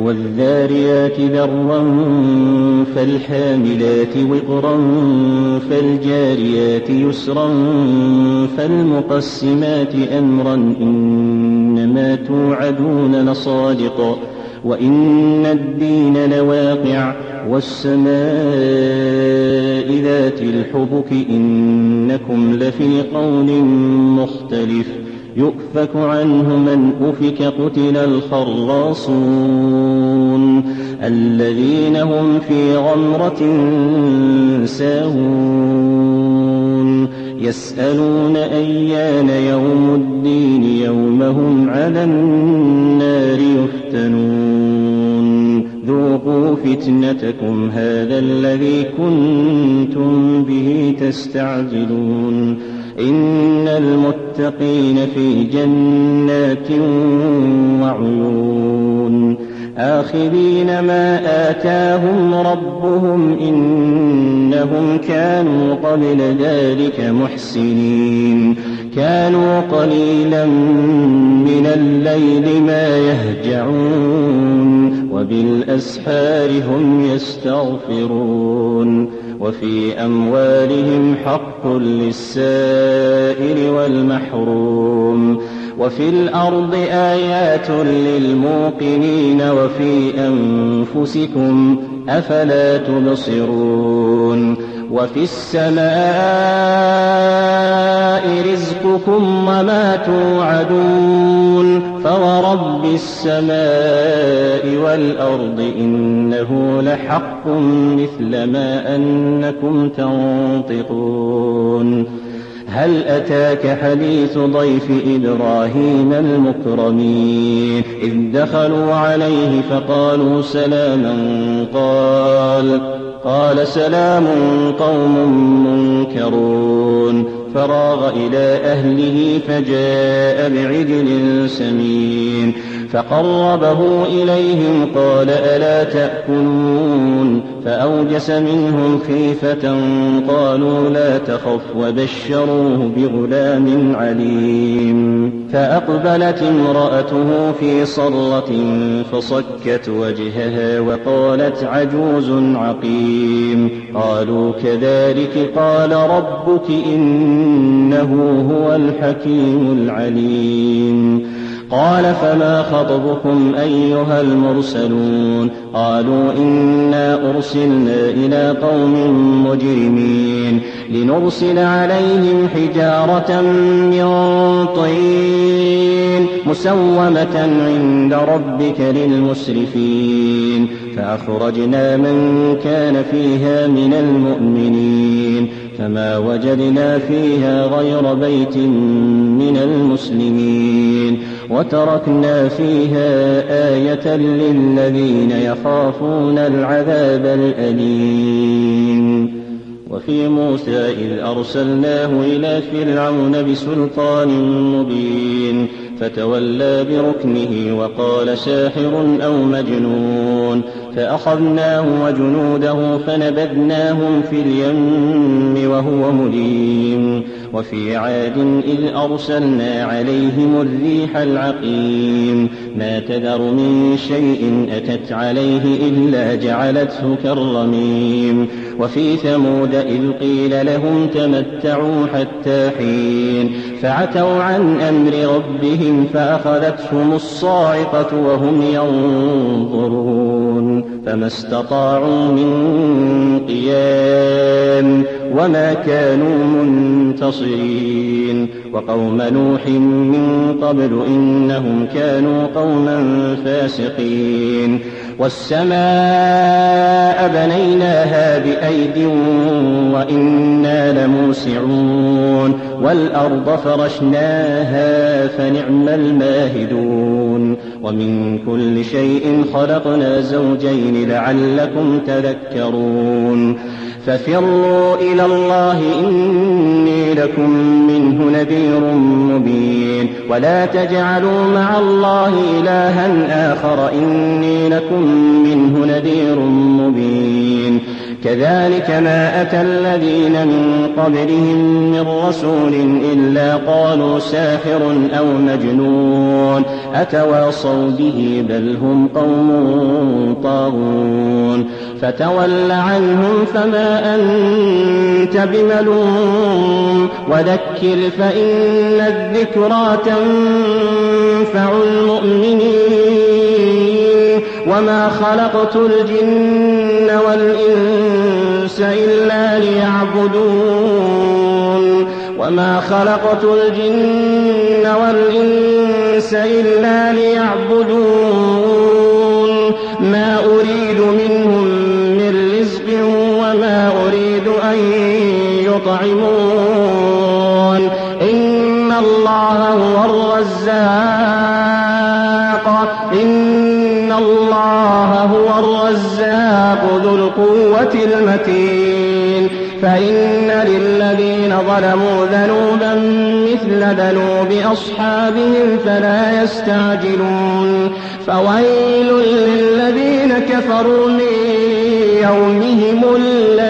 والذاريات ذروا فالحاملات وقرا فالجاريات يسرا فالمقسمات أمرا إنما توعدون لصادق وإن الدين لواقع والسماء ذات الحبك إنكم لفي قول مختلف يؤفك عنه من أفك قتل الخراصون الذين هم في غمرة ساهون يسألون أيان يوم الدين يوم هم على النار يفتنون ذوقوا فتنتكم هذا الذي كنتم به تستعجلون إن المتقين في جنات وعيون آخذين ما آتاهم ربهم إنهم كانوا قبل ذلك محسنين كانوا قليلا من الليل ما يهجعون وبالأسحار هم يستغفرون وفي أموالهم حق للسائل والمحروم وفي الأرض آيات للموقنين وفي أنفسكم أفلا تبصرون وفي السماء رزقكم وما توعدون فورب السماء والأرض إنه لحق مثل ما أنكم تنطقون هل أتاك حديث ضيف إبراهيم المكرمين إذ دخلوا عليه فقالوا سلاما قال سلام قوم منكرون فراغ إلى أهله فجاء بعجل سمين فقربه إليهم قال ألا تأكلون فأوجس منهم خيفة قالوا لا تخف وبشروه بغلام عليم فأقبلت امرأته في صرة فصكت وجهها وقالت عجوز عقيم قالوا كذلك قال ربك إنه هو الحكيم العليم قال فما خطبكم أيها المرسلون قالوا إنا أرسلنا إلى قوم مجرمين لنرسل عليهم حجارة من طين مسومة عند ربك للمسرفين فأخرجنا من كان فيها من المؤمنين فما وجدنا فيها غير بيت من المسلمين وتركنا فيها آية للذين يخافون العذاب الأليم وفي موسى إذ أرسلناه إلى فرعون بسلطان مبين فتولى بركنه وقال ساحر أو مجنون فأخذناه وجنوده فنبذناهم في اليم وهو مليم وفي عاد إذ أرسلنا عليهم الريح العقيم ما تذر من شيء أتت عليه إلا جعلته كالرميم وفي ثمود إذ قيل لهم تمتعوا حتى حين فعتوا عن أمر ربهم فأخذتهم الصاعقة وهم ينظرون فما استطاعوا من قيام وما كانوا منتصرين وقوم نوح من قبل إنهم كانوا قوما فاسقين والسماء بنيناها بأيد وإنا لموسعون والأرض فرشناها فنعم الماهدون ومن كل شيء خلقنا زوجين لعلكم تذكرون ففروا إلى الله إني لكم منه نذير مبين ولا تجعلوا مع الله إلها آخر إني لكم منه نذير مبين كذلك ما أتى الذين من قبلهم من رسول إلا قالوا ساحر أو مجنون أتواصوا به بل هم قوم طاغون فتول عنهم فما أنت بملوم وذكر فإن الذكرى تنفع المؤمنين وما خلقت الجن والإنس إلا ليعبدون ما أريد منهم من رزق وما أريد أن يطعمون إن الله هو الرزاق ذو القوة المتين فإن للذين ظلموا ذنوبا مثل ذنوب أصحابهم فلا يستعجلون فويل للذين كفروا من يومهم الذي